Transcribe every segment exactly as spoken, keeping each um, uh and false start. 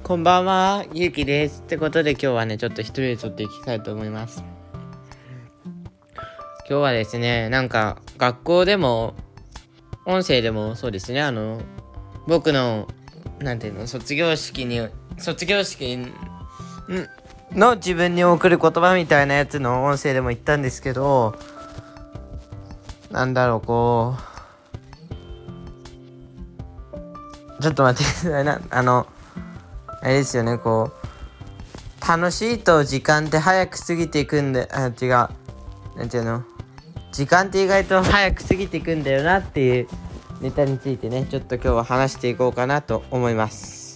こんばんは、ゆうきです。ってことで今日はね、ちょっと一人で撮っていきたいと思います。今日はですね、なんか学校でも音声でもそうですね、あの僕のなんていうの卒業式に卒業式の自分に送る言葉みたいなやつの音声でも言ったんですけど、なんだろうこうちょっと待ってくださいなあのあれですよね、こう楽しいと時間って早く過ぎていくんで、あ、違う、なんていうの、時間って意外と早く過ぎていくんだよなっていうネタについてね、ちょっと今日は話していこうかなと思います。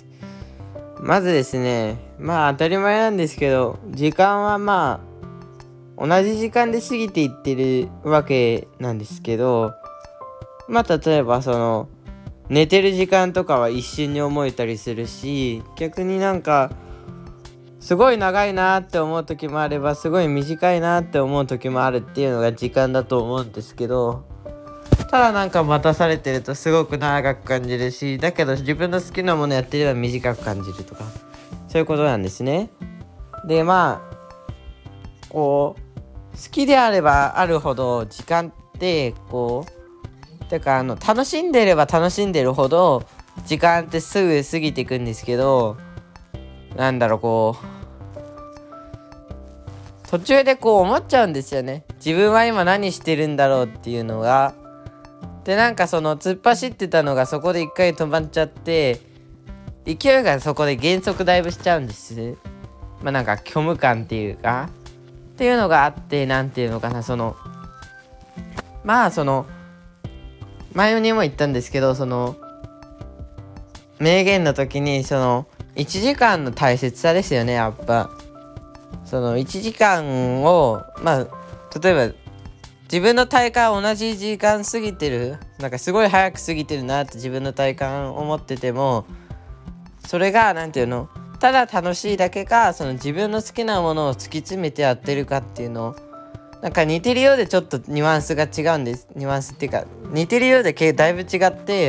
まずですね、まあ当たり前なんですけど、時間はまあ同じ時間で過ぎていってるわけなんですけど、まあ例えばその寝てる時間とかは一瞬に思えたりするし、逆になんかすごい長いなって思う時もあれば、すごい短いなって思う時もあるっていうのが時間だと思うんですけど、ただなんか待たされてるとすごく長く感じるし、だけど自分の好きなものやってれば短く感じるとか、そういうことなんですね。でまあこう好きであればあるほど時間ってこうてかあの楽しんでれば楽しんでるほど時間ってすぐ過ぎていくんですけど、なんだろうこう途中でこう思っちゃうんですよね。自分は今何してるんだろうっていうのが。でなんかその突っ走ってたのがそこで一回止まっちゃって、勢いがそこで減速だいぶしちゃうんです。まあなんか虚無感っていうかっていうのがあって、なんていうのかな、そのまあその前にも言ったんですけど、その名言の時にそのいちじかんの大切さですよね。やっぱそのいちじかんをまあ例えば自分の体感同じ時間過ぎてる、なんかすごい早く過ぎてるなって自分の体感思ってても、それがなんていうの、ただ楽しいだけか、その自分の好きなものを突き詰めてやってるかっていうの、なんか似てるようでちょっとニュアンスが違うんです。ニュアンスっていうか似てるようでだいぶ違って、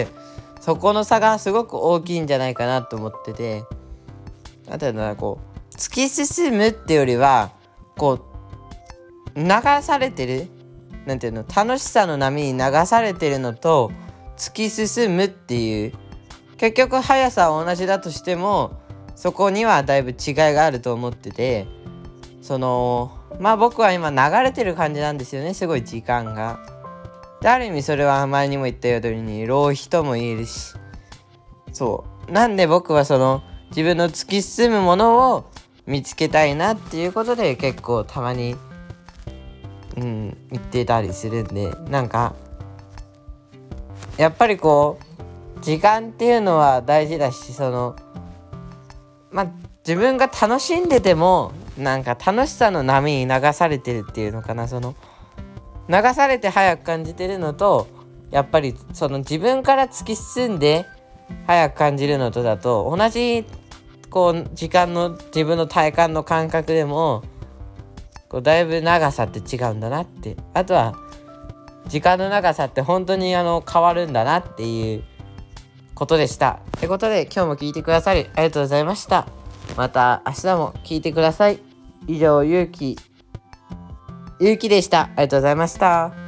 そこの差がすごく大きいんじゃないかなと思ってて、あとはこう突き進むってよりはこう流されてる、なんていうの、楽しさの波に流されてるのと突き進むっていう、結局速さは同じだとしてもそこにはだいぶ違いがあると思ってて、そのまあ僕は今流れてる感じなんですよね、すごい時間が。である意味それは前にも言ったように浪費とも言えるし、そうなんで僕はその自分の突き進むものを見つけたいなっていうことで結構たまにうん言ってたりするんで、なんかやっぱりこう時間っていうのは大事だし、そのまあ自分が楽しんでてもなんか楽しさの波に流されてるっていうのかな、その流されて早く感じてるのと、やっぱりその自分から突き進んで早く感じるのとだと、同じこう時間の自分の体感の感覚でもこうだいぶ長さって違うんだなって、あとは時間の長さって本当にあの変わるんだなっていうことでした。ってことで今日も聞いてくださりありがとうございました。また明日も聞いてください。以上、ゆうきゆうきでした。ありがとうございました。